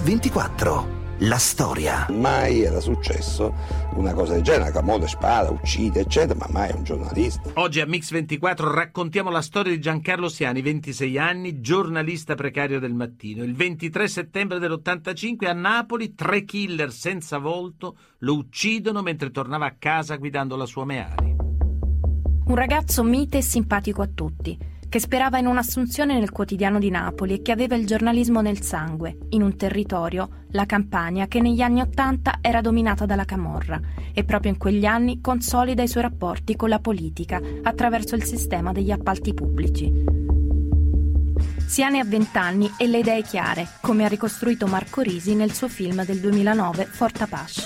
Mix24. La storia. Mai era successo una cosa del genere, Camorra spara, uccide, eccetera, ma mai un giornalista. Oggi a Mix24 raccontiamo la storia di Giancarlo Siani, 26 anni, giornalista precario del Mattino. Il 23 settembre dell'85 a Napoli 3 killer senza volto lo uccidono mentre tornava a casa guidando la sua Meari. Un ragazzo mite e simpatico a tutti, che sperava in un'assunzione nel quotidiano di Napoli e che aveva il giornalismo nel sangue, in un territorio, la Campania, che negli anni '80 era dominata dalla camorra e proprio in quegli anni consolida i suoi rapporti con la politica attraverso il sistema degli appalti pubblici. Siani ha 20 anni e le idee chiare, come ha ricostruito Marco Risi nel suo film del 2009 Fort Apache.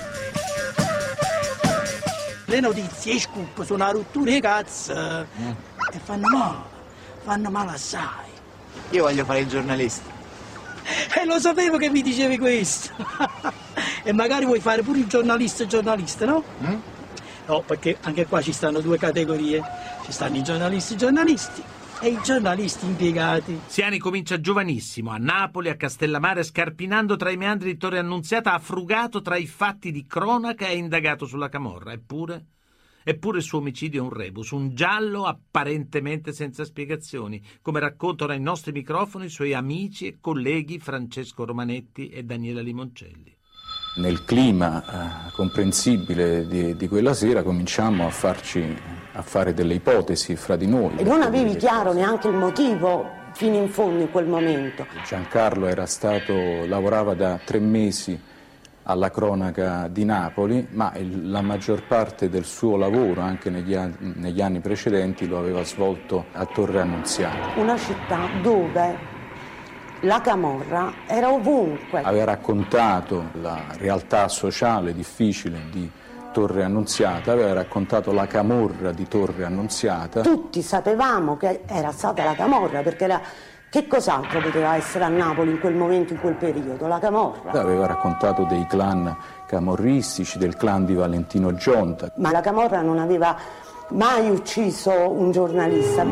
Le notizie, i scoop sono una rottura di cazzo e fanno male assai. Io voglio fare il giornalista. E lo sapevo che mi dicevi questo. E magari vuoi fare pure il giornalista, no? No, perché anche qua ci stanno due categorie. Ci stanno i giornalisti e i giornalisti impiegati. Siani comincia giovanissimo, a Napoli, a Castellammare, scarpinando tra i meandri di Torre Annunziata, ha frugato tra i fatti di cronaca e indagato sulla camorra. Eppure il suo omicidio è un rebus, un giallo apparentemente senza spiegazioni, come raccontano ai nostri microfoni i suoi amici e colleghi Francesco Romanetti e Daniela Limoncelli. Nel clima comprensibile di quella sera cominciamo a fare delle ipotesi fra di noi. E non avevi chiaro neanche il motivo fino in fondo in quel momento. Giancarlo lavorava da 3 mesi alla cronaca di Napoli, ma la maggior parte del suo lavoro, anche negli anni precedenti, lo aveva svolto a Torre Annunziata. Una città dove la camorra era ovunque. Aveva raccontato la realtà sociale difficile di Torre Annunziata, aveva raccontato la camorra di Torre Annunziata. Tutti sapevamo che era stata la camorra, perché che cos'altro poteva essere a Napoli in quel momento, in quel periodo? La camorra. Aveva raccontato dei clan camorristici, del clan di Valentino Gionta. Ma la camorra non aveva mai ucciso un giornalista.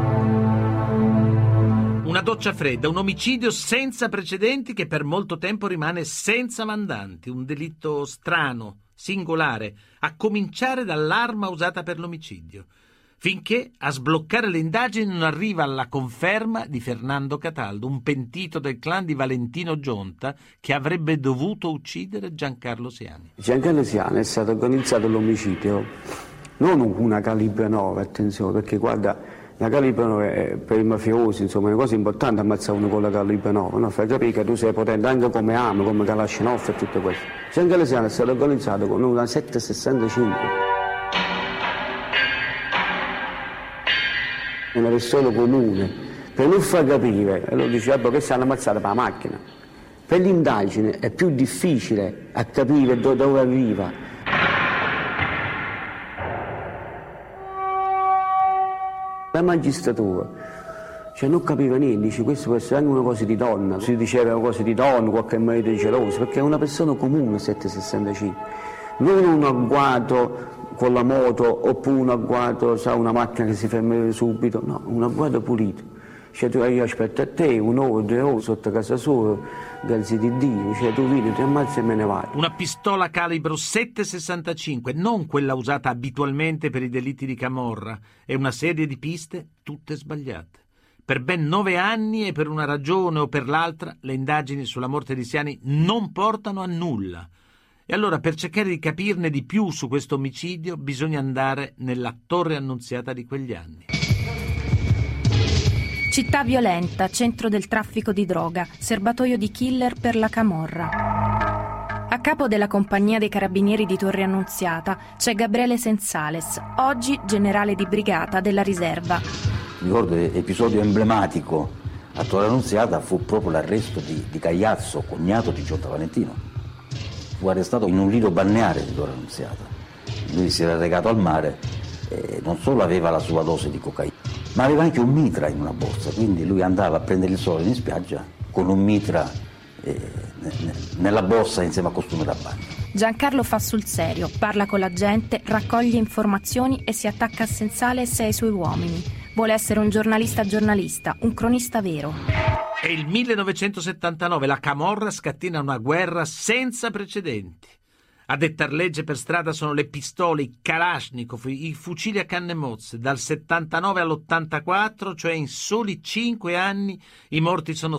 Una doccia fredda, un omicidio senza precedenti che per molto tempo rimane senza mandanti, un delitto strano, singolare, a cominciare dall'arma usata per l'omicidio, finché a sbloccare le indagini non arriva la conferma di Fernando Cataldo, un pentito del clan di Valentino Gionta che avrebbe dovuto uccidere Giancarlo Siani. Giancarlo Siani è stato organizzato l'omicidio, non una calibro 9, attenzione, perché guarda, la calibro 9 è per i mafiosi, insomma, è una cosa importante ammazzare uno con la calibro 9, no? Fai capire che tu sei potente anche come Amo, come Kalashnikov e tutto questo. Giancarlo Siani è stato organizzato con una 765. Una persona comune, per non far capire, e lo diceva che si hanno ammazzato per la macchina. Per l'indagine è più difficile a capire dove arriva. La magistratura, non capiva niente, dice questo può essere anche una cosa di donna, si diceva una cosa di donna, qualche marito geloso, perché è una persona comune 765, non un agguato con la moto oppure un agguato, una macchina che si ferma subito, no, un agguato pulito. Io aspetto a te, 1 ora, 2 ore sotto casa sua, grazie di Dio, tu vieni, ti ammazzi e me ne vai. Una pistola calibro 7,65, non quella usata abitualmente per i delitti di camorra, e una serie di piste tutte sbagliate. Per ben 9 anni e per una ragione o per l'altra le indagini sulla morte di Siani non portano a nulla. E allora, per cercare di capirne di più su questo omicidio, bisogna andare nella Torre Annunziata di quegli anni. Città violenta, centro del traffico di droga, serbatoio di killer per la camorra. A capo della compagnia dei carabinieri di Torre Annunziata c'è Gabriele Sensales, oggi generale di brigata della riserva. Ricordo l'episodio emblematico a Torre Annunziata fu proprio l'arresto di Cagliazzo, cognato di Gionta Valentino. Fu arrestato in un lido balneare di Torre Annunziata. Lui si era recato al mare e non solo aveva la sua dose di cocaina, ma aveva anche un mitra in una borsa, quindi lui andava a prendere il sole in spiaggia con un mitra nella borsa insieme a costume da bagno. Giancarlo fa sul serio, parla con la gente, raccoglie informazioni e si attacca a Sensales e ai suoi uomini. Vuole essere un giornalista, un cronista vero. È il 1979, la camorra scatena una guerra senza precedenti. A dettar legge per strada sono le pistole, i Kalashnikov, i fucili a canne mozze. Dal 79 all'84, cioè in soli 5 anni, i morti sono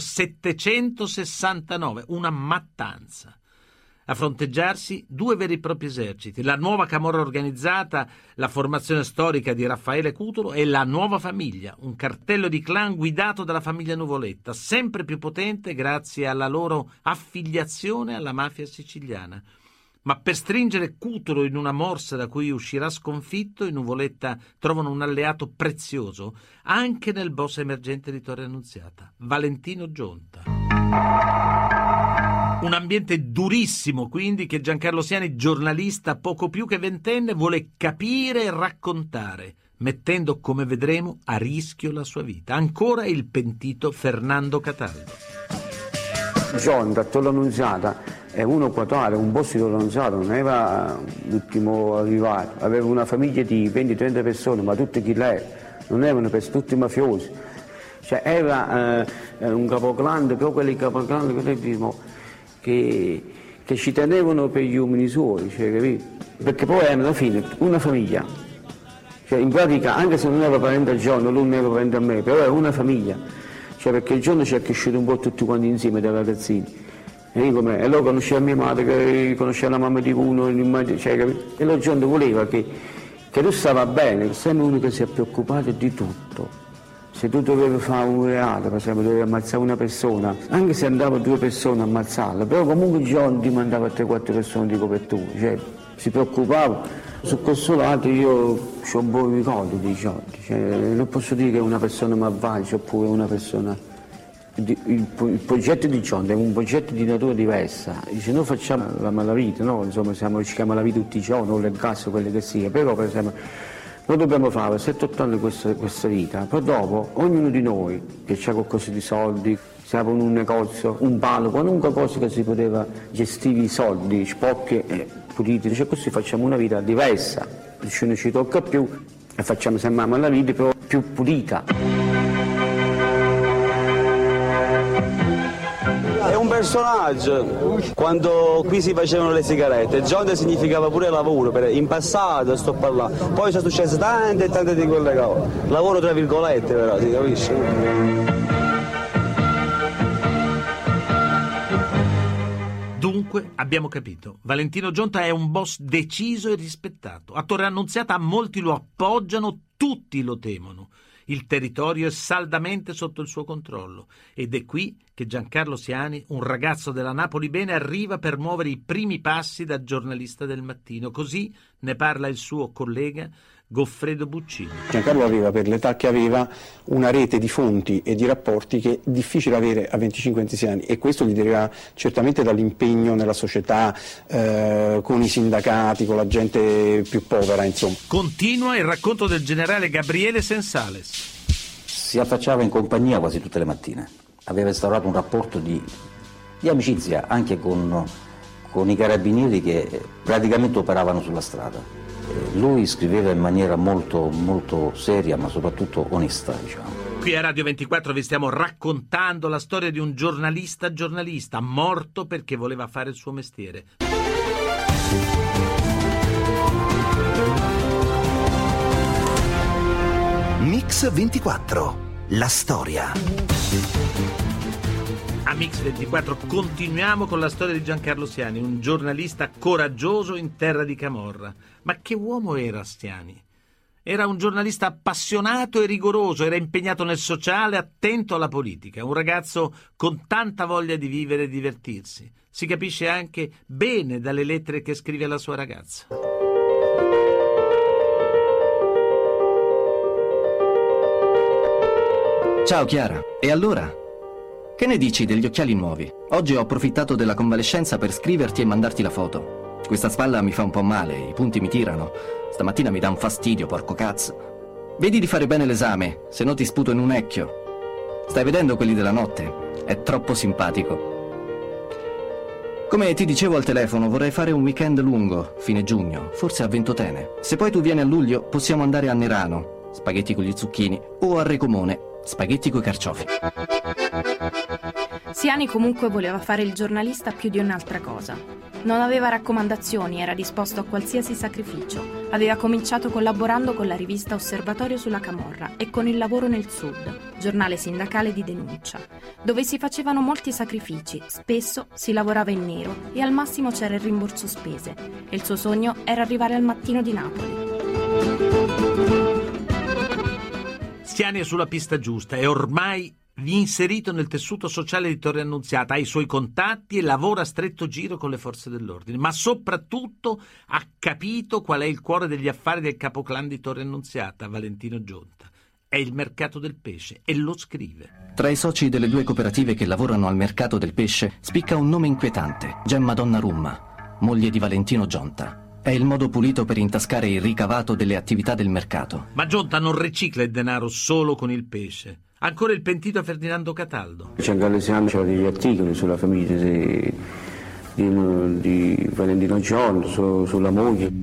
769, una mattanza. A fronteggiarsi 2 veri e propri eserciti, la nuova camorra organizzata, la formazione storica di Raffaele Cutolo, e la nuova famiglia, un cartello di clan guidato dalla famiglia Nuvoletta, sempre più potente grazie alla loro affiliazione alla mafia siciliana. Ma per stringere Cutolo in una morsa da cui uscirà sconfitto, i Nuvoletta trovano un alleato prezioso anche nel boss emergente di Torre Annunziata, Valentino Gionta. Un ambiente durissimo, quindi, che Giancarlo Siani, giornalista poco più che ventenne, vuole capire e raccontare, mettendo, come vedremo, a rischio la sua vita. Ancora il pentito Fernando Cataldo. Gionta, Torre Annunziata, è uno quadrato, un boss di Torre Annunziata, non era l'ultimo arrivato, aveva una famiglia di 20-30 persone, ma tutti chi lei, non erano tutti mafiosi. Cioè era un capoclan, però quelli capoclan che ci tenevano per gli uomini suoi, cioè, capito? Perché poi alla fine una famiglia, cioè in pratica anche se non era parente al giorno, lui non era parente a me, però era una famiglia, cioè perché il giorno ci è cresciuto un po' tutti quanti insieme da ragazzini. E loro conosceva mia madre, che conosceva la mamma di uno, cioè, capito? E lo giorno voleva che tu stava bene, sempre uno che si è preoccupato di tutto. Se tu dovevi fare un reato, per esempio dovevi ammazzare una persona, anche se andava 2 persone a ammazzarla, però comunque il giorno ti mandava 3-4 persone di copertura, cioè si preoccupava. Su questo lato io ho un po' di ricordo di Gionta, cioè, non posso dire che è una persona malvagia oppure una persona... Il progetto di Gionta è un progetto di natura diversa, dice noi facciamo la malavita, no? Insomma ci chiama la vita tutti i giorni, o le gas, quelle che sia, però per esempio noi dobbiamo fare 7-8 anni questa vita, poi dopo ognuno di noi che ha qualcosa di soldi, se apre un negozio, un palo, qualunque cosa che si poteva gestire i soldi, sporchi e puliti, cioè così facciamo una vita diversa, non ci tocca più e facciamo sempre la vita però più pulita. È un personaggio, quando qui si facevano le sigarette, Gionta significava pure lavoro, in passato sto parlando, poi sono successe tante e tante di quelle cose, lavoro tra virgolette però, si capisce? Dunque, abbiamo capito, Valentino Gionta è un boss deciso e rispettato. A Torre Annunziata molti lo appoggiano, tutti lo temono. Il territorio è saldamente sotto il suo controllo ed è qui che Giancarlo Siani, un ragazzo della Napoli bene, arriva per muovere i primi passi da giornalista del mattino. Così ne parla il suo collega Goffredo Buccini. Giancarlo aveva, per l'età che aveva, una rete di fonti e di rapporti che è difficile avere a 25-26 anni, e questo gli deriva certamente dall'impegno nella società, con i sindacati, con la gente più povera, insomma. Continua il racconto del generale Gabriele Sensales. Si affacciava in compagnia quasi tutte le mattine, aveva instaurato un rapporto di amicizia anche con i carabinieri che praticamente operavano sulla strada. Lui scriveva in maniera molto, molto seria, ma soprattutto onesta, diciamo. Qui a Radio 24 vi stiamo raccontando la storia di un giornalista morto perché voleva fare il suo mestiere. Mix 24, la storia. A Mix 24 continuiamo con la storia di Giancarlo Siani, un giornalista coraggioso in terra di camorra. Ma che uomo era Siani? Era un giornalista appassionato e rigoroso, era impegnato nel sociale, attento alla politica, un ragazzo con tanta voglia di vivere e divertirsi. Si capisce anche bene dalle lettere che scrive alla sua ragazza. Ciao Chiara, e allora? Che ne dici degli occhiali nuovi? Oggi ho approfittato della convalescenza per scriverti e mandarti la foto. Questa spalla mi fa un po' male, i punti mi tirano. Stamattina mi dà un fastidio, porco cazzo. Vedi di fare bene l'esame, se no ti sputo in un ecchio. Stai vedendo quelli della notte? È troppo simpatico. Come ti dicevo al telefono, vorrei fare un weekend lungo, fine giugno, forse a Ventotene. Se poi tu vieni a luglio, possiamo andare a Nerano, spaghetti con gli zucchini, o a Recomone. spaghetti coi carciofi. Siani comunque voleva fare il giornalista più di un'altra cosa. Non aveva raccomandazioni, era disposto a qualsiasi sacrificio. Aveva cominciato collaborando con la rivista Osservatorio sulla Camorra e con Il Lavoro nel Sud, giornale sindacale di denuncia, dove si facevano molti sacrifici, spesso si lavorava in nero e al massimo c'era il rimborso spese. E il suo sogno era arrivare al Mattino di Napoli. Siani è sulla pista giusta e ormai inserito nel tessuto sociale di Torre Annunziata, ha i suoi contatti e lavora a stretto giro con le forze dell'ordine, ma soprattutto ha capito qual è il cuore degli affari del capoclan di Torre Annunziata, Valentino Gionta. È il mercato del pesce e lo scrive. Tra i soci delle due cooperative che lavorano al mercato del pesce spicca un nome inquietante, Gemma Donnarumma, moglie di Valentino Gionta. È il modo pulito per intascare il ricavato delle attività del mercato. Ma Gionta non ricicla il denaro solo con il pesce. Ancora il pentito Ferdinando Cataldo. Giancarlo c'era degli articoli sulla famiglia di Valentino Gionta, sulla moglie.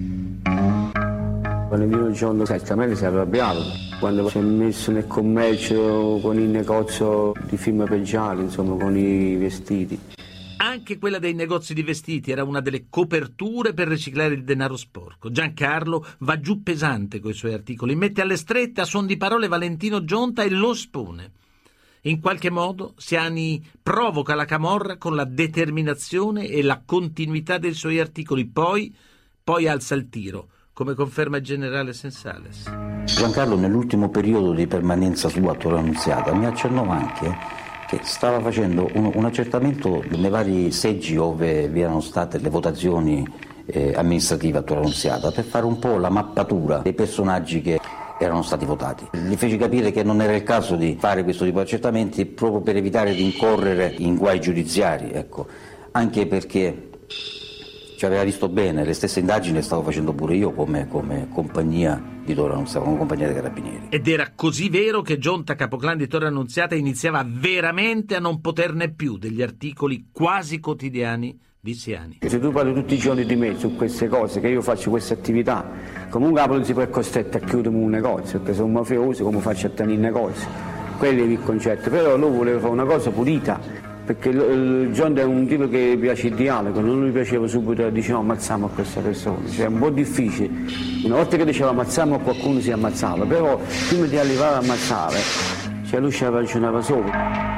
Valentino Gionta certamente si è arrabbiato quando si è messo nel commercio con il negozio di firma Peggiali, insomma, con i vestiti. Anche quella dei negozi di vestiti era una delle coperture per riciclare il denaro sporco. Giancarlo va giù pesante coi suoi articoli, mette alle strette a suon di parole Valentino Gionta e lo espone. In qualche modo Siani provoca la camorra con la determinazione e la continuità dei suoi articoli, poi alza il tiro, come conferma il generale Sensales. Giancarlo nell'ultimo periodo di permanenza sua a Torre Annunziata mi accennò anche che stava facendo un accertamento nei vari seggi dove vi erano state le votazioni amministrative a Torre Annunziata per fare un po' la mappatura dei personaggi che erano stati votati. Gli feci capire che non era il caso di fare questo tipo di accertamenti proprio per evitare di incorrere in guai giudiziari, ecco. Anche perché ci aveva visto bene, le stesse indagini le stavo facendo pure io come compagnia di Torre Annunziata, come compagnia dei Carabinieri. Ed era così vero che Gionta, capoclan di Torre Annunziata, iniziava veramente a non poterne più degli articoli quasi quotidiani di Siani. Se tu parli tutti i giorni di me su queste cose, che io faccio queste attività, comunque non si può costretto a chiudere un negozio, perché sono mafioso, come faccio a tenere il negozio? Quello è il concetto, però lui voleva fare una cosa pulita. Perché John è un tipo che piace il dialogo, non gli piaceva subito dire no, ammazziamo a questa persona, cioè è un po' difficile. Una volta che diceva ammazziamo a qualcuno si ammazzava, però prima di arrivare a ammazzare, cioè lui ci ragionava solo.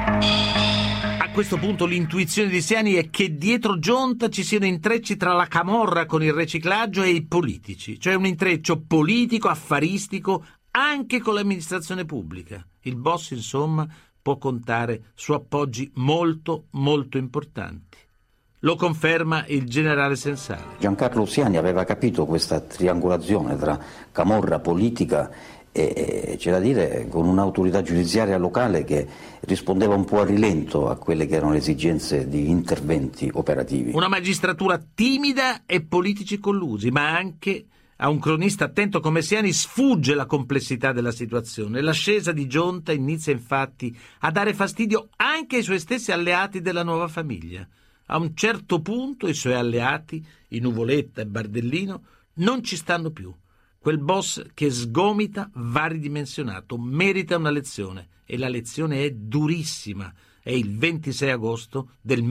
A questo punto l'intuizione di Siani è che dietro Gionta ci siano intrecci tra la camorra con il riciclaggio e i politici, cioè un intreccio politico, affaristico, anche con l'amministrazione pubblica. Il boss, insomma, può contare su appoggi molto, molto importanti. Lo conferma il generale Sensale. Giancarlo Siani aveva capito questa triangolazione tra camorra, politica e c'è da dire con un'autorità giudiziaria locale che rispondeva un po' a rilento a quelle che erano le esigenze di interventi operativi. Una magistratura timida e politici collusi, ma anche a un cronista attento come Siani sfugge la complessità della situazione. L'ascesa di Gionta inizia infatti a dare fastidio anche ai suoi stessi alleati della nuova famiglia. A un certo punto i suoi alleati, i Nuvoletta e Bardellino, non ci stanno più. Quel boss che sgomita va ridimensionato, merita una lezione e la lezione è durissima. È il 26 agosto del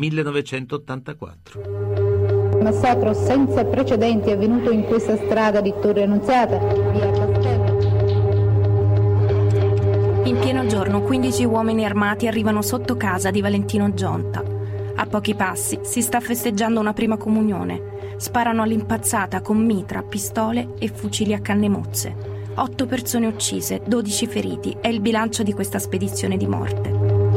1984. Il massacro senza precedenti è avvenuto in questa strada di Torre Annunziata, via Castello. In pieno giorno 15 uomini armati arrivano sotto casa di Valentino Gionta. A pochi passi si sta festeggiando una prima comunione. Sparano all'impazzata con mitra, pistole e fucili a canne mozze. 8 persone uccise, 12 feriti è il bilancio di questa spedizione di morte.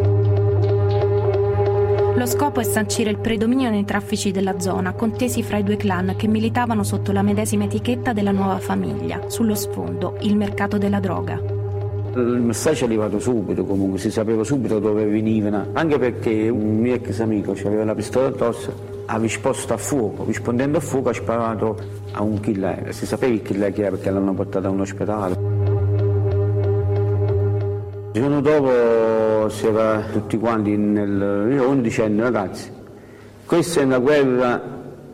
Lo scopo è sancire il predominio nei traffici della zona, contesi fra i due clan che militavano sotto la medesima etichetta della nuova famiglia. Sullo sfondo, il mercato della droga. Il messaggio è arrivato subito, comunque si sapeva subito dove venivano, anche perché un mio ex amico aveva la pistola addosso, ha risposto a fuoco, rispondendo a fuoco ha sparato a un killer. Si sapeva il killer chi era perché l'hanno portato a un ospedale. Il giorno dopo si era tutti quanti nel rione dicendo ragazzi, questa è una guerra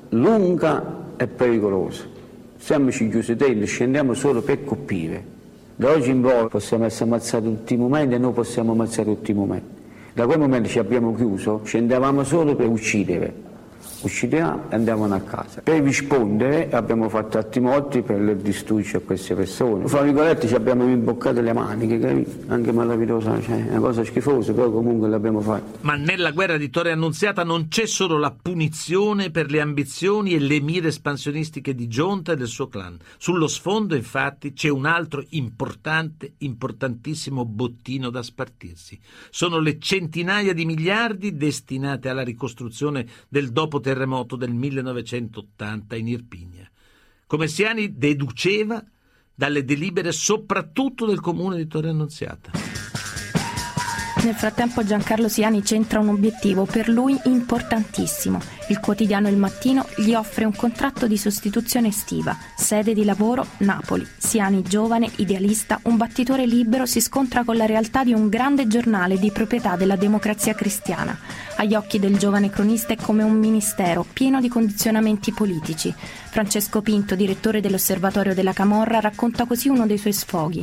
lunga e pericolosa, siamoci chiusi dentro, scendiamo solo per colpire, Da oggi in poi possiamo essere ammazzati tutti i momenti e noi possiamo ammazzare tutti i momenti. Da quel momento ci abbiamo chiuso, scendevamo solo per uccidere. Uccidevamo e andavamo a casa. Per rispondere abbiamo fatto atti morti per distruggere queste persone. Fra virgolette ci abbiamo imboccato le maniche, capito? Anche malavitosa, cioè è una cosa schifosa, però comunque l'abbiamo fatto. Ma nella guerra di Torre Annunziata non c'è solo la punizione per le ambizioni e le mire espansionistiche di Gionta e del suo clan. Sullo sfondo, infatti, c'è un altro importantissimo bottino da spartirsi. Sono le centinaia di miliardi destinate alla ricostruzione del dopo terremoto del 1980 in Irpinia. Come Siani deduceva dalle delibere soprattutto del comune di Torre Annunziata. Nel frattempo Giancarlo Siani centra un obiettivo per lui importantissimo. Il quotidiano Il Mattino gli offre un contratto di sostituzione estiva, sede di lavoro Napoli. Siani, giovane, idealista, un battitore libero, si scontra con la realtà di un grande giornale di proprietà della Democrazia Cristiana. Agli occhi del giovane cronista è come un ministero pieno di condizionamenti politici. Francesco Pinto, direttore dell'Osservatorio della Camorra, racconta così uno dei suoi sfoghi.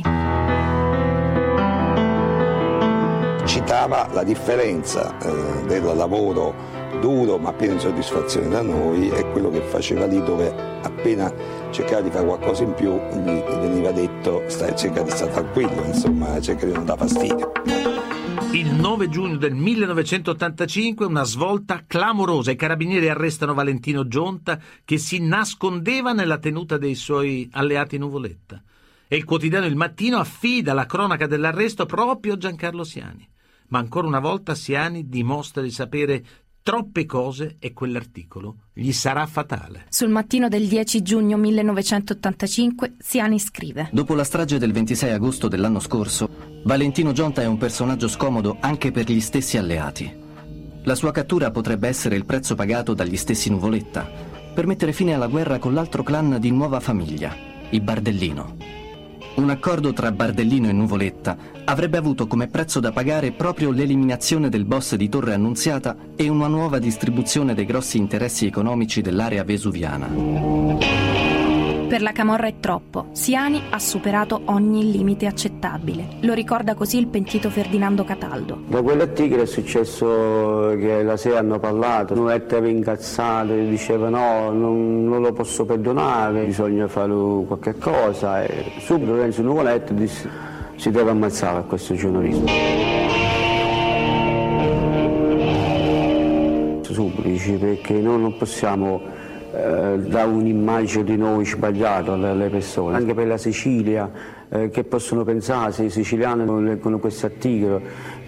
Citava la differenza del lavoro duro ma pieno di soddisfazione da noi e quello che faceva lì, dove appena cercava di fare qualcosa in più gli veniva detto cerca di stare tranquillo, insomma, cerca di non dare fastidio. Il 9 giugno del 1985 una svolta clamorosa. I carabinieri arrestano Valentino Gionta, che si nascondeva nella tenuta dei suoi alleati Nuvoletta, e il quotidiano Il Mattino affida la cronaca dell'arresto proprio a Giancarlo Siani. Ma ancora una volta Siani dimostra di sapere troppe cose e quell'articolo gli sarà fatale. Sul Mattino del 10 giugno 1985 Siani scrive: dopo la strage del 26 agosto dell'anno scorso, Valentino Gionta è un personaggio scomodo anche per gli stessi alleati. La sua cattura potrebbe essere il prezzo pagato dagli stessi Nuvoletta per mettere fine alla guerra con l'altro clan di nuova famiglia, i Bardellino. Un accordo tra Bardellino e Nuvoletta avrebbe avuto come prezzo da pagare proprio l'eliminazione del boss di Torre Annunziata e una nuova distribuzione dei grossi interessi economici dell'area vesuviana. Per la Camorra è troppo. Siani ha superato ogni limite accettabile. Lo ricorda così il pentito Ferdinando Cataldo. Da quell'articolo è successo che la sera hanno parlato, Nuvoletta era incazzato, diceva no, non lo posso perdonare, bisogna fare qualche cosa, e subito Lorenzo Nuvoletta disse si deve ammazzare a questo giornalista. Subito dice perché noi non possiamo dà un'immagine di noi sbagliato alle persone, anche per la Sicilia, che possono pensare se i siciliani non leggono questo articolo,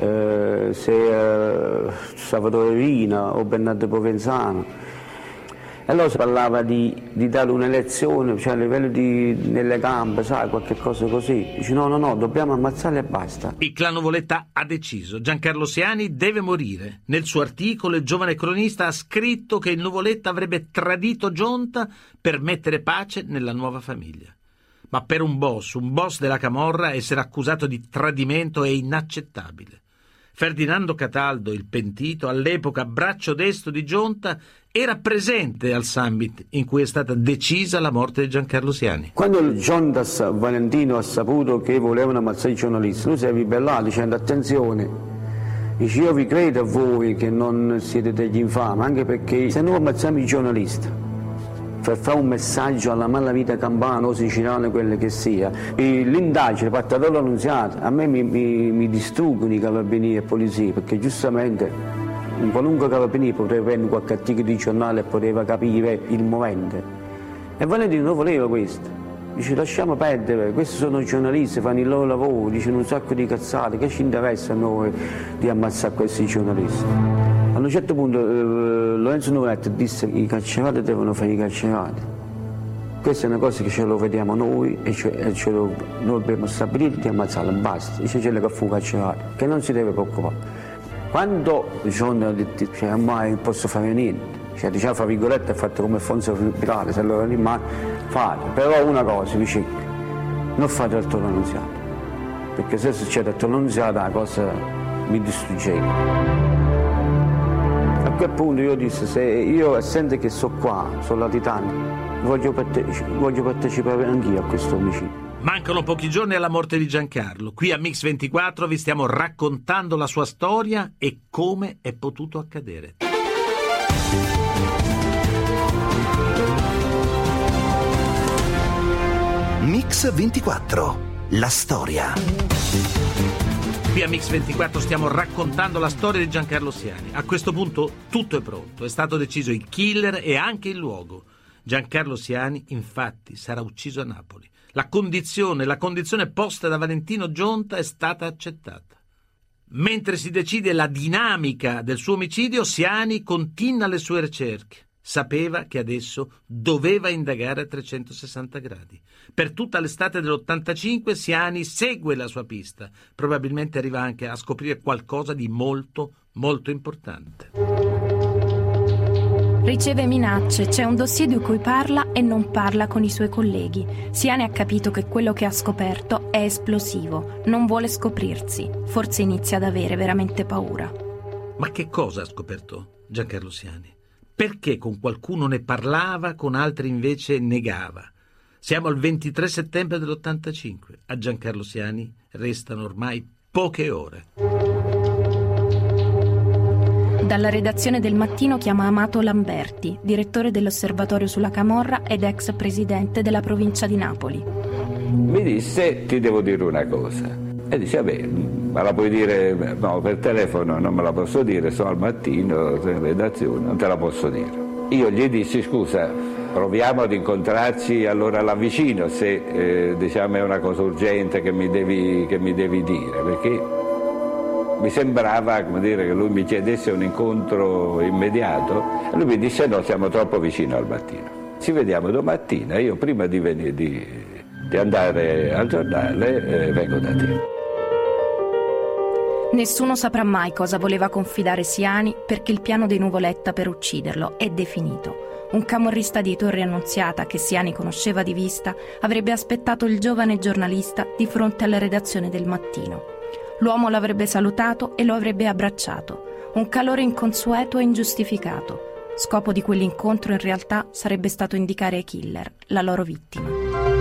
se Salvatore Rina o Bernardo Provenzano. E allora si parlava di dare un'elezione, cioè a livello nelle gambe, sai, qualche cosa così. Dice no, dobbiamo ammazzarli e basta. Il clan Nuvoletta ha deciso. Giancarlo Siani deve morire. Nel suo articolo il giovane cronista ha scritto che il Nuvoletta avrebbe tradito Gionta per mettere pace nella nuova famiglia. Ma per un boss della Camorra, essere accusato di tradimento è inaccettabile. Ferdinando Cataldo, il pentito, all'epoca braccio destro di Gionta, era presente al summit in cui è stata decisa la morte di Giancarlo Siani. Quando il Gionta Valentino ha saputo che volevano ammazzare i giornalisti, lui si è ribellato dicendo attenzione, dice io vi credo a voi che non siete degli infami, anche perché se noi ammazziamo i giornalisti per fare un messaggio alla malavita campana o siciliana, quelle che sia, l'indagine fatta dall'Annunziata a me mi distruggono i carabinieri e polizia, perché giustamente un qualunque carabiniere poteva prendere qualche articolo di giornale e poteva capire il momento, e Valentino non voleva questo, dice lasciamo perdere, questi sono giornalisti, fanno il loro lavoro, dicono un sacco di cazzate, che ci interessa a noi di ammazzare questi giornalisti. A un certo punto Lorenzo Nuvoletta disse che i carcerati devono fare i carcerati. Questa è una cosa che ce lo vediamo noi e noi abbiamo stabilito di ammazzarlo, basta. Dice quello che fu carcerato, che non si deve preoccupare. Quando John ha detto cioè, ormai non posso fare niente, cioè, diciamo fra virgolette ha fatto come Fonso Pirale, se lo rimane, fate. Però una cosa, dice, non fate il Torre Annunziata, perché se succede il Torre Annunziata la cosa mi distruggeva. A quel punto io dissi, se io essendo che sono qua, sono latitante, voglio partecipare anch'io a questo omicidio. Mancano pochi giorni alla morte di Giancarlo. Qui a Mix24 vi stiamo raccontando la sua storia e come è potuto accadere. Mix24, la storia. Qui a Mix24 stiamo raccontando la storia di Giancarlo Siani. A questo punto tutto è pronto, è stato deciso il killer e anche il luogo. Giancarlo Siani, infatti, sarà ucciso a Napoli. La condizione posta da Valentino Gionta è stata accettata. Mentre si decide la dinamica del suo omicidio, Siani continua le sue ricerche. Sapeva che adesso doveva indagare a 360 gradi. Per tutta l'estate dell'85 Siani segue la sua pista. Probabilmente arriva anche a scoprire qualcosa di molto, molto importante. Riceve minacce, c'è un dossier di cui parla e non parla con i suoi colleghi. Siani ha capito che quello che ha scoperto è esplosivo, non vuole scoprirsi, forse inizia ad avere veramente paura. Ma che cosa ha scoperto Giancarlo Siani? Perché con qualcuno ne parlava, con altri invece negava? Siamo al 23 settembre dell'85, a Giancarlo Siani restano ormai poche ore. Dalla redazione del Mattino chiama Amato Lamberti, direttore dell'Osservatorio sulla Camorra ed ex presidente della provincia di Napoli. Mi disse: ti devo dire una cosa. E dice: vabbè, me la puoi dire? No, per telefono non me la posso dire, sono al Mattino, sono in redazione, non te la posso dire. Io gli dissi: scusa, proviamo ad incontrarci allora là vicino, se diciamo è una cosa urgente che mi devi dire, perché mi sembrava, come dire, che lui mi chiedesse un incontro immediato. E lui mi disse: no, siamo troppo vicino al Mattino. Ci vediamo domattina, io prima di venire di andare al giornale vengo da te. Nessuno saprà mai cosa voleva confidare Siani, perché il piano dei Nuvoletta per ucciderlo è definito. Un camorrista di Torre Annunziata, che Siani conosceva di vista, avrebbe aspettato il giovane giornalista di fronte alla redazione del Mattino. L'uomo l'avrebbe salutato e lo avrebbe abbracciato. Un calore inconsueto e ingiustificato. Scopo di quell'incontro in realtà sarebbe stato indicare ai killer la loro vittima.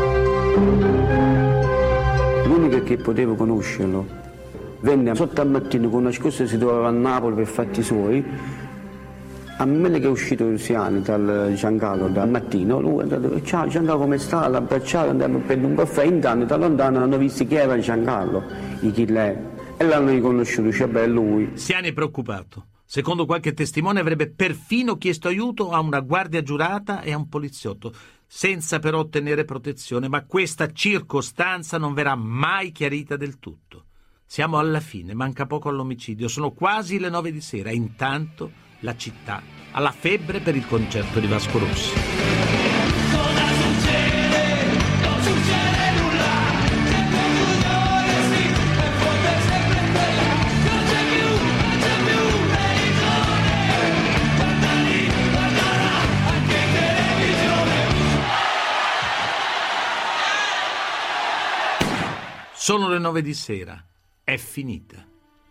L'unica che potevo conoscerlo venne sotto al Mattino con una scusa, si trovava a Napoli per fatti suoi. A me che è uscito Siani dal Giancarlo dal Mattino, lui è andato: ciao Giancarlo, come sta? L'abbracciato, andiamo a prendere un caffè. Intanto da lontano hanno visto chi era Giancarlo, i killer, e l'hanno riconosciuto, cioè beh, lui. Siani è preoccupato. Secondo qualche testimone avrebbe perfino chiesto aiuto a una guardia giurata e a un poliziotto, senza però ottenere protezione, ma questa circostanza non verrà mai chiarita del tutto. Siamo alla fine, manca poco all'omicidio, sono quasi le 9 di sera e intanto la città ha la febbre per il concerto di Vasco Rossi. Cosa succede? Non succede nulla. Sono le 9 di sera, è finita.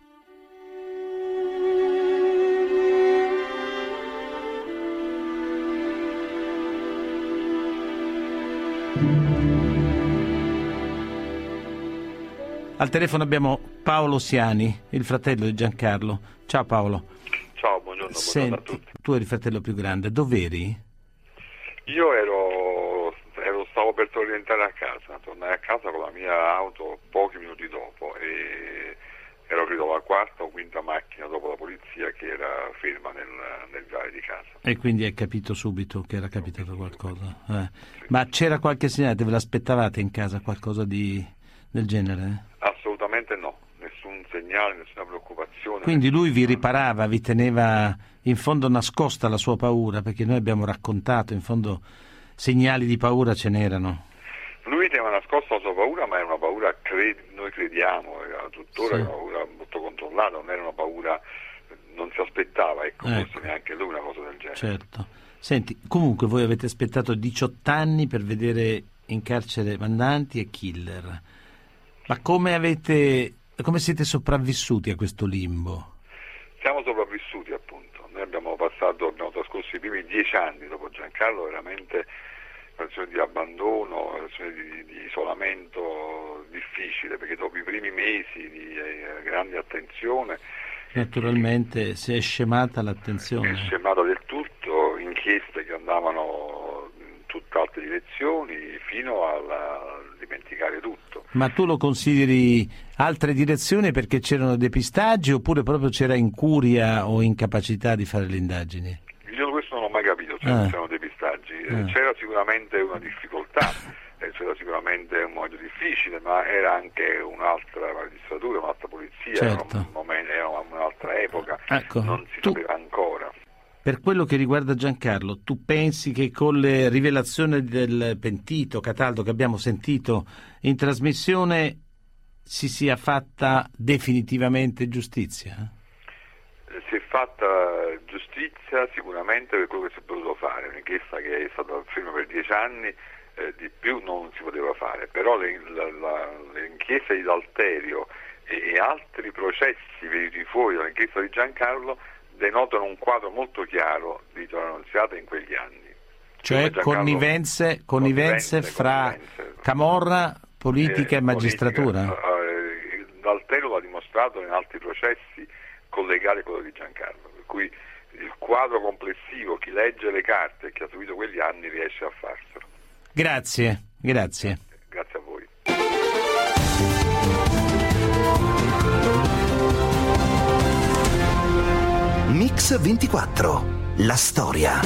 Al telefono abbiamo Paolo Siani, il fratello di Giancarlo. Ciao Paolo. Ciao, buongiorno. Senti, a tutti. Tu eri il fratello più grande, dov'eri? Io stavo per rientrare a casa, tornai a casa con la mia auto pochi minuti dopo e ero credo la quarta o quinta macchina dopo la polizia che era ferma nel viale di casa. E quindi hai capito subito che era capitato qualcosa. Ma c'era qualche segnale, ve l'aspettavate in casa qualcosa del genere? Assolutamente no, nessun segnale, nessuna preoccupazione. Quindi lui vi riparava, vi teneva in fondo nascosta la sua paura, perché noi abbiamo raccontato, in fondo segnali di paura ce n'erano. Lui teneva nascosta la sua paura, ma era una paura, noi crediamo, era tuttora una paura molto controllata, non era una paura, non si aspettava, forse neanche lui una cosa del genere. Certo. Senti, comunque voi avete aspettato 18 anni per vedere in carcere mandanti e killer. Ma come siete sopravvissuti a questo limbo? Siamo sopravvissuti, appunto. Noi abbiamo trascorso i primi 10 anni dopo Giancarlo veramente una situazione di abbandono, una situazione di isolamento difficile, perché dopo i primi mesi di grande attenzione naturalmente si è scemata l'attenzione. È scemata del tutto, inchieste che andavano in tutt'altre direzioni fino a dimenticare tutto. Ma tu lo consideri altre direzioni perché c'erano depistaggi oppure proprio c'era incuria o incapacità di fare le indagini? Io questo non l'ho mai capito, c'erano depistaggi. C'era sicuramente una difficoltà, c'era sicuramente un momento difficile, ma era anche un'altra magistratura, un'altra polizia, certo. Era un'altra epoca, ecco, non si sapeva ancora. Per quello che riguarda Giancarlo, tu pensi che con le rivelazioni del pentito Cataldo che abbiamo sentito in trasmissione si sia fatta definitivamente giustizia? Si è fatta giustizia sicuramente per quello che si è potuto fare, un'inchiesta che è stata ferma per 10 anni, di più non si poteva fare, però le inchieste di D'Alterio e altri processi venuti fuori dall'inchiesta di Giancarlo denotano un quadro molto chiaro di Vittorio Annunziata in quegli anni. Cioè connivenze fra camorra, politica e magistratura? D'Alterio l'ha dimostrato in altri processi collegati a quello di Giancarlo, per cui il quadro complessivo, chi legge le carte e chi ha subito quegli anni riesce a farselo. Grazie. Grazie a voi. Mix 24, la storia.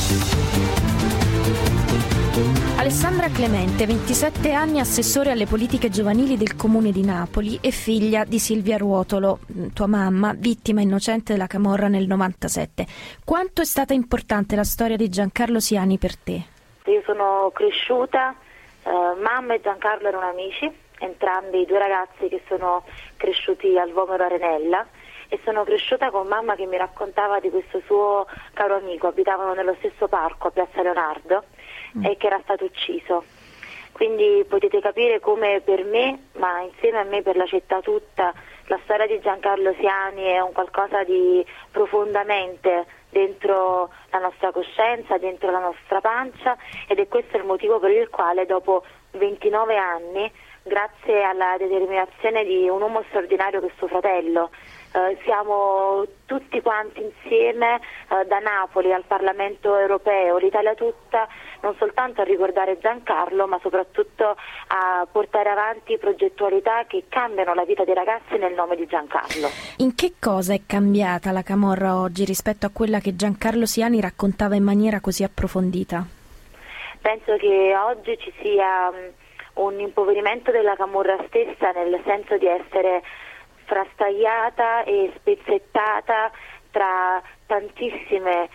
Alessandra Clemente, 27 anni, assessore alle politiche giovanili del comune di Napoli e figlia di Silvia Ruotolo, tua mamma, vittima innocente della camorra nel 97. Quanto è stata importante la storia di Giancarlo Siani per te? Io sono cresciuta, mamma e Giancarlo erano amici, entrambi 2 ragazzi che sono cresciuti al Vomero Arenella, e sono cresciuta con mamma che mi raccontava di questo suo caro amico, abitavano nello stesso parco a Piazza Leonardo e che era stato ucciso. Quindi potete capire come per me, ma insieme a me per la città tutta, la storia di Giancarlo Siani è un qualcosa di profondamente dentro la nostra coscienza, dentro la nostra pancia, ed è questo il motivo per il quale dopo 29 anni, grazie alla determinazione di un uomo straordinario che è suo fratello, siamo tutti quanti insieme da Napoli al Parlamento europeo, l'Italia tutta, non soltanto a ricordare Giancarlo, ma soprattutto a portare avanti progettualità che cambiano la vita dei ragazzi nel nome di Giancarlo. In che cosa è cambiata la camorra oggi rispetto a quella che Giancarlo Siani raccontava in maniera così approfondita? Penso che oggi ci sia un impoverimento della camorra stessa, nel senso di essere frastagliata e spezzettata tra tantissime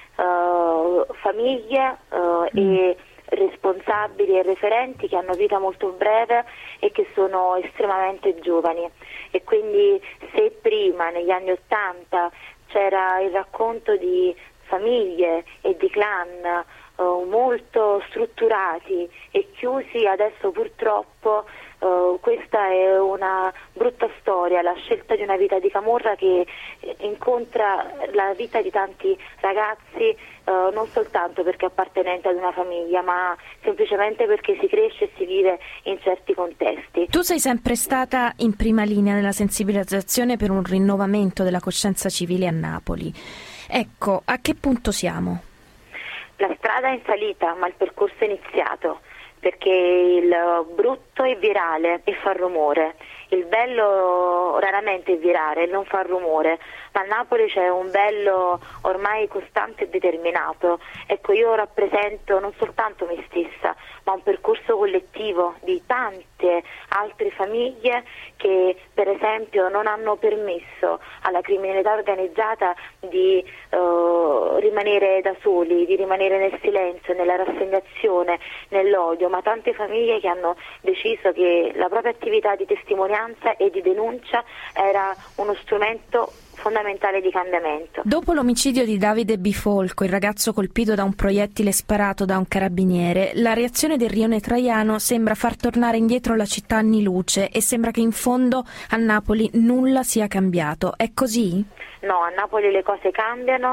famiglie e responsabili e referenti che hanno vita molto breve e che sono estremamente giovani, e quindi se prima negli anni '80 c'era il racconto di famiglie e di clan molto strutturati e chiusi, adesso purtroppo questa è una brutta storia, la scelta di una vita di camorra che incontra la vita di tanti ragazzi, non soltanto perché appartenenti ad una famiglia, ma semplicemente perché si cresce e si vive in certi contesti. Tu sei sempre stata in prima linea nella sensibilizzazione per un rinnovamento della coscienza civile a Napoli. Ecco, a che punto siamo? La strada è in salita, ma il percorso è iniziato, perché il brutto è virale e fa rumore, il bello raramente è virale e non fa rumore, ma a Napoli c'è un bello ormai costante e determinato. Ecco, io rappresento non soltanto me stessa, ma un percorso collettivo di tante altre famiglie che per esempio non hanno permesso alla criminalità organizzata di rimanere da soli, di rimanere nel silenzio, nella rassegnazione, nell'odio, ma tante famiglie che hanno deciso che la propria attività di testimonianza e di denuncia era uno strumento fondamentale di cambiamento. Dopo l'omicidio di Davide Bifolco, il ragazzo colpito da un proiettile sparato da un carabiniere, la reazione del Rione Traiano sembra far tornare indietro la città anni luce e sembra che in fondo a Napoli nulla sia cambiato. È così? No, a Napoli le cose cambiano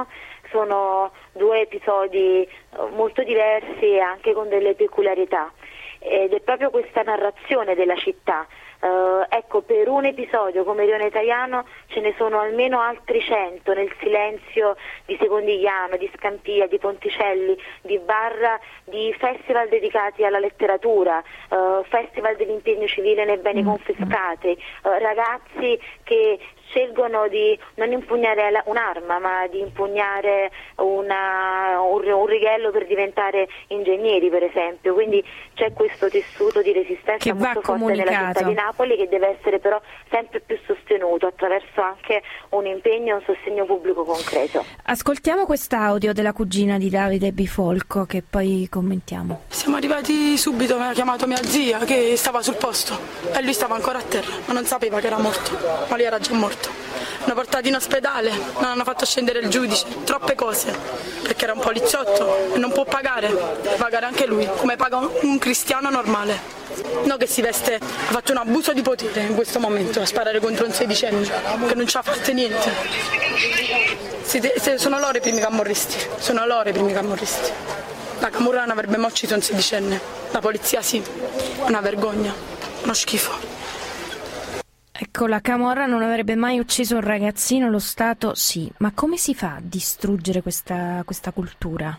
sono due episodi molto diversi e anche con delle peculiarità, ed è proprio questa narrazione della città. Ecco, per un episodio come Rione Italiano ce ne sono almeno altri 100 nel silenzio di Secondigliano, di Scampia, di Ponticelli, di Barra, di festival dedicati alla letteratura, festival dell'impegno civile nei beni confiscati, ragazzi che scelgono di non impugnare un'arma, ma di impugnare un righello per diventare ingegneri, per esempio. Quindi c'è questo tessuto di resistenza che molto forte nella città di Napoli, che deve essere però sempre più sostenuto attraverso anche un impegno e un sostegno pubblico concreto. Ascoltiamo quest'audio della cugina di Davide Bifolco, che poi commentiamo. Siamo arrivati subito, mi ha chiamato mia zia che stava sul posto e lui stava ancora a terra, ma non sapeva che era morto, ma lui era già morto. L'hanno portato in ospedale, non hanno fatto scendere il giudice, troppe cose, perché era un poliziotto e non può pagare, deve pagare anche lui, come paga un cristiano normale. No, che si veste, ha fatto un abuso di potere in questo momento a sparare contro un sedicenne che non ci ha fatto niente. Sono loro i primi camorristi, sono loro i primi camorristi. La camorra non avrebbe mai ucciso un sedicenne, la polizia sì, una vergogna, uno schifo. Ecco, la camorra non avrebbe mai ucciso un ragazzino, lo Stato sì. Ma come si fa a distruggere questa cultura?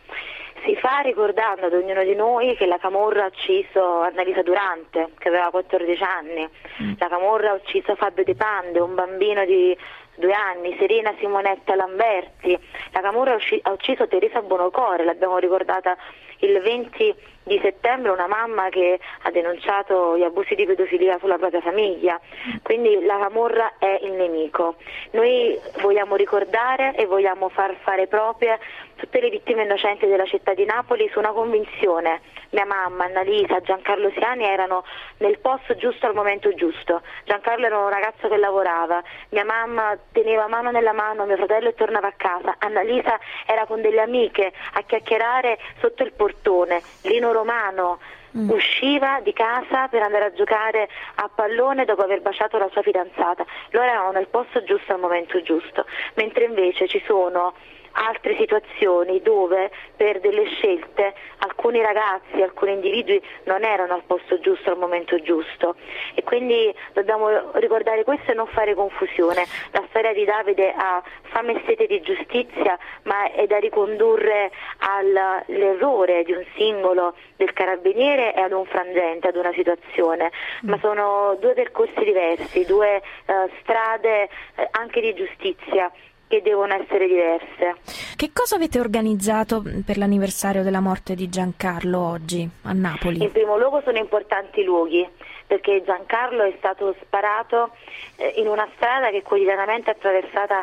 Si fa ricordando ad ognuno di noi che la camorra ha ucciso Annalisa Durante, che aveva 14 anni. La camorra ha ucciso Fabio De Pande, un bambino di 2 anni, Serena Simonetta Lamberti. La camorra ha ucciso Teresa Buonocore, l'abbiamo ricordata il 20 di settembre, una mamma che ha denunciato gli abusi di pedofilia sulla propria famiglia. Quindi la camorra è il nemico. Noi vogliamo ricordare e vogliamo far fare proprie tutte le vittime innocenti della città di Napoli su una convinzione. Mia mamma, Annalisa, Giancarlo Siani erano nel posto giusto al momento giusto. Giancarlo era un ragazzo che lavorava, mia mamma teneva mano nella mano mio fratello e tornava a casa. Annalisa era con delle amiche a chiacchierare sotto il portone. Lino Romano usciva di casa per andare a giocare a pallone dopo aver baciato la sua fidanzata. Loro erano nel posto giusto al momento giusto, mentre invece ci sono altre situazioni dove per delle scelte alcuni ragazzi, alcuni individui non erano al posto giusto al momento giusto, e quindi dobbiamo ricordare questo e non fare confusione. La storia di Davide ha fame e sete di giustizia, ma è da ricondurre all'errore di un singolo del carabiniere e ad un frangente, ad una situazione, ma sono due percorsi diversi, due strade anche di giustizia che devono essere diverse. Che cosa avete organizzato per l'anniversario della morte di Giancarlo oggi a Napoli? In primo luogo sono importanti luoghi, perché Giancarlo è stato sparato in una strada che è quotidianamente attraversata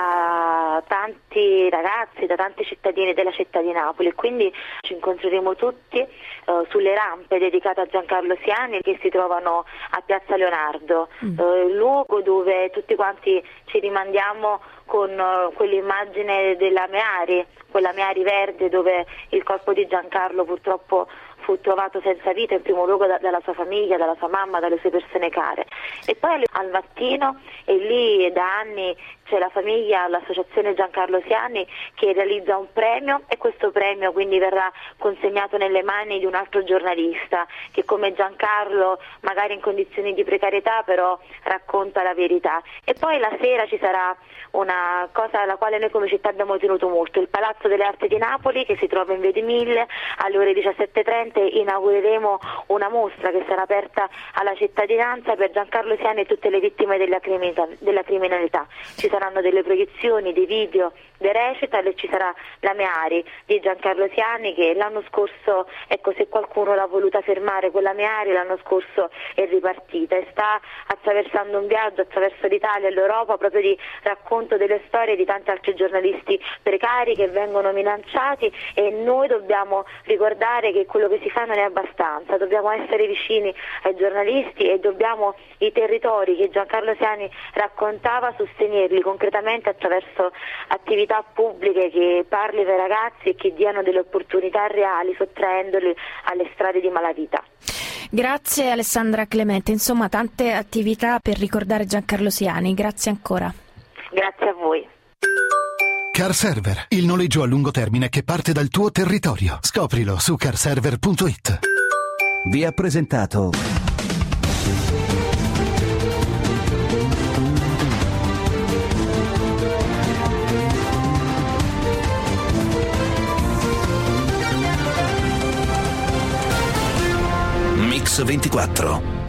da tanti ragazzi, da tanti cittadini della città di Napoli, e quindi ci incontreremo tutti sulle rampe dedicate a Giancarlo Siani che si trovano a Piazza Leonardo, luogo dove tutti quanti ci rimandiamo con quell'immagine della Meari, quella Meari verde dove il corpo di Giancarlo purtroppo fu trovato senza vita, in primo luogo dalla sua famiglia, dalla sua mamma, dalle sue persone care. E poi al mattino, e lì da anni c'è la famiglia, l'associazione Giancarlo Siani che realizza un premio, e questo premio quindi verrà consegnato nelle mani di un altro giornalista che come Giancarlo, magari in condizioni di precarietà, però racconta la verità. E poi la sera ci sarà una cosa alla quale noi come città abbiamo tenuto molto, il Palazzo delle Arti di Napoli che si trova in Via di Mille. Alle ore 17:30 inaugureremo una mostra che sarà aperta alla cittadinanza per Giancarlo Siani e tutte le vittime della criminalità. Ci saranno delle proiezioni, dei video, dei recital, e ci sarà la Meari di Giancarlo Siani che l'anno scorso, ecco, se qualcuno l'ha voluta fermare, quella Meari l'anno scorso è ripartita e sta attraversando un viaggio attraverso l'Italia e l'Europa proprio di racconto delle storie di tanti altri giornalisti precari che vengono minacciati, e noi dobbiamo ricordare che quello che si fa non è abbastanza, dobbiamo essere vicini ai giornalisti e dobbiamo i territori che Giancarlo Siani raccontava sostenerli concretamente attraverso attività pubbliche che parlino ai ragazzi e che diano delle opportunità reali, sottraendoli alle strade di malavita. Grazie Alessandra Clemente, insomma tante attività per ricordare Giancarlo Siani, grazie ancora. Grazie a voi. Car Server, il noleggio a lungo termine che parte dal tuo territorio. Scoprilo su carserver.it. Vi ha presentato Mix 24.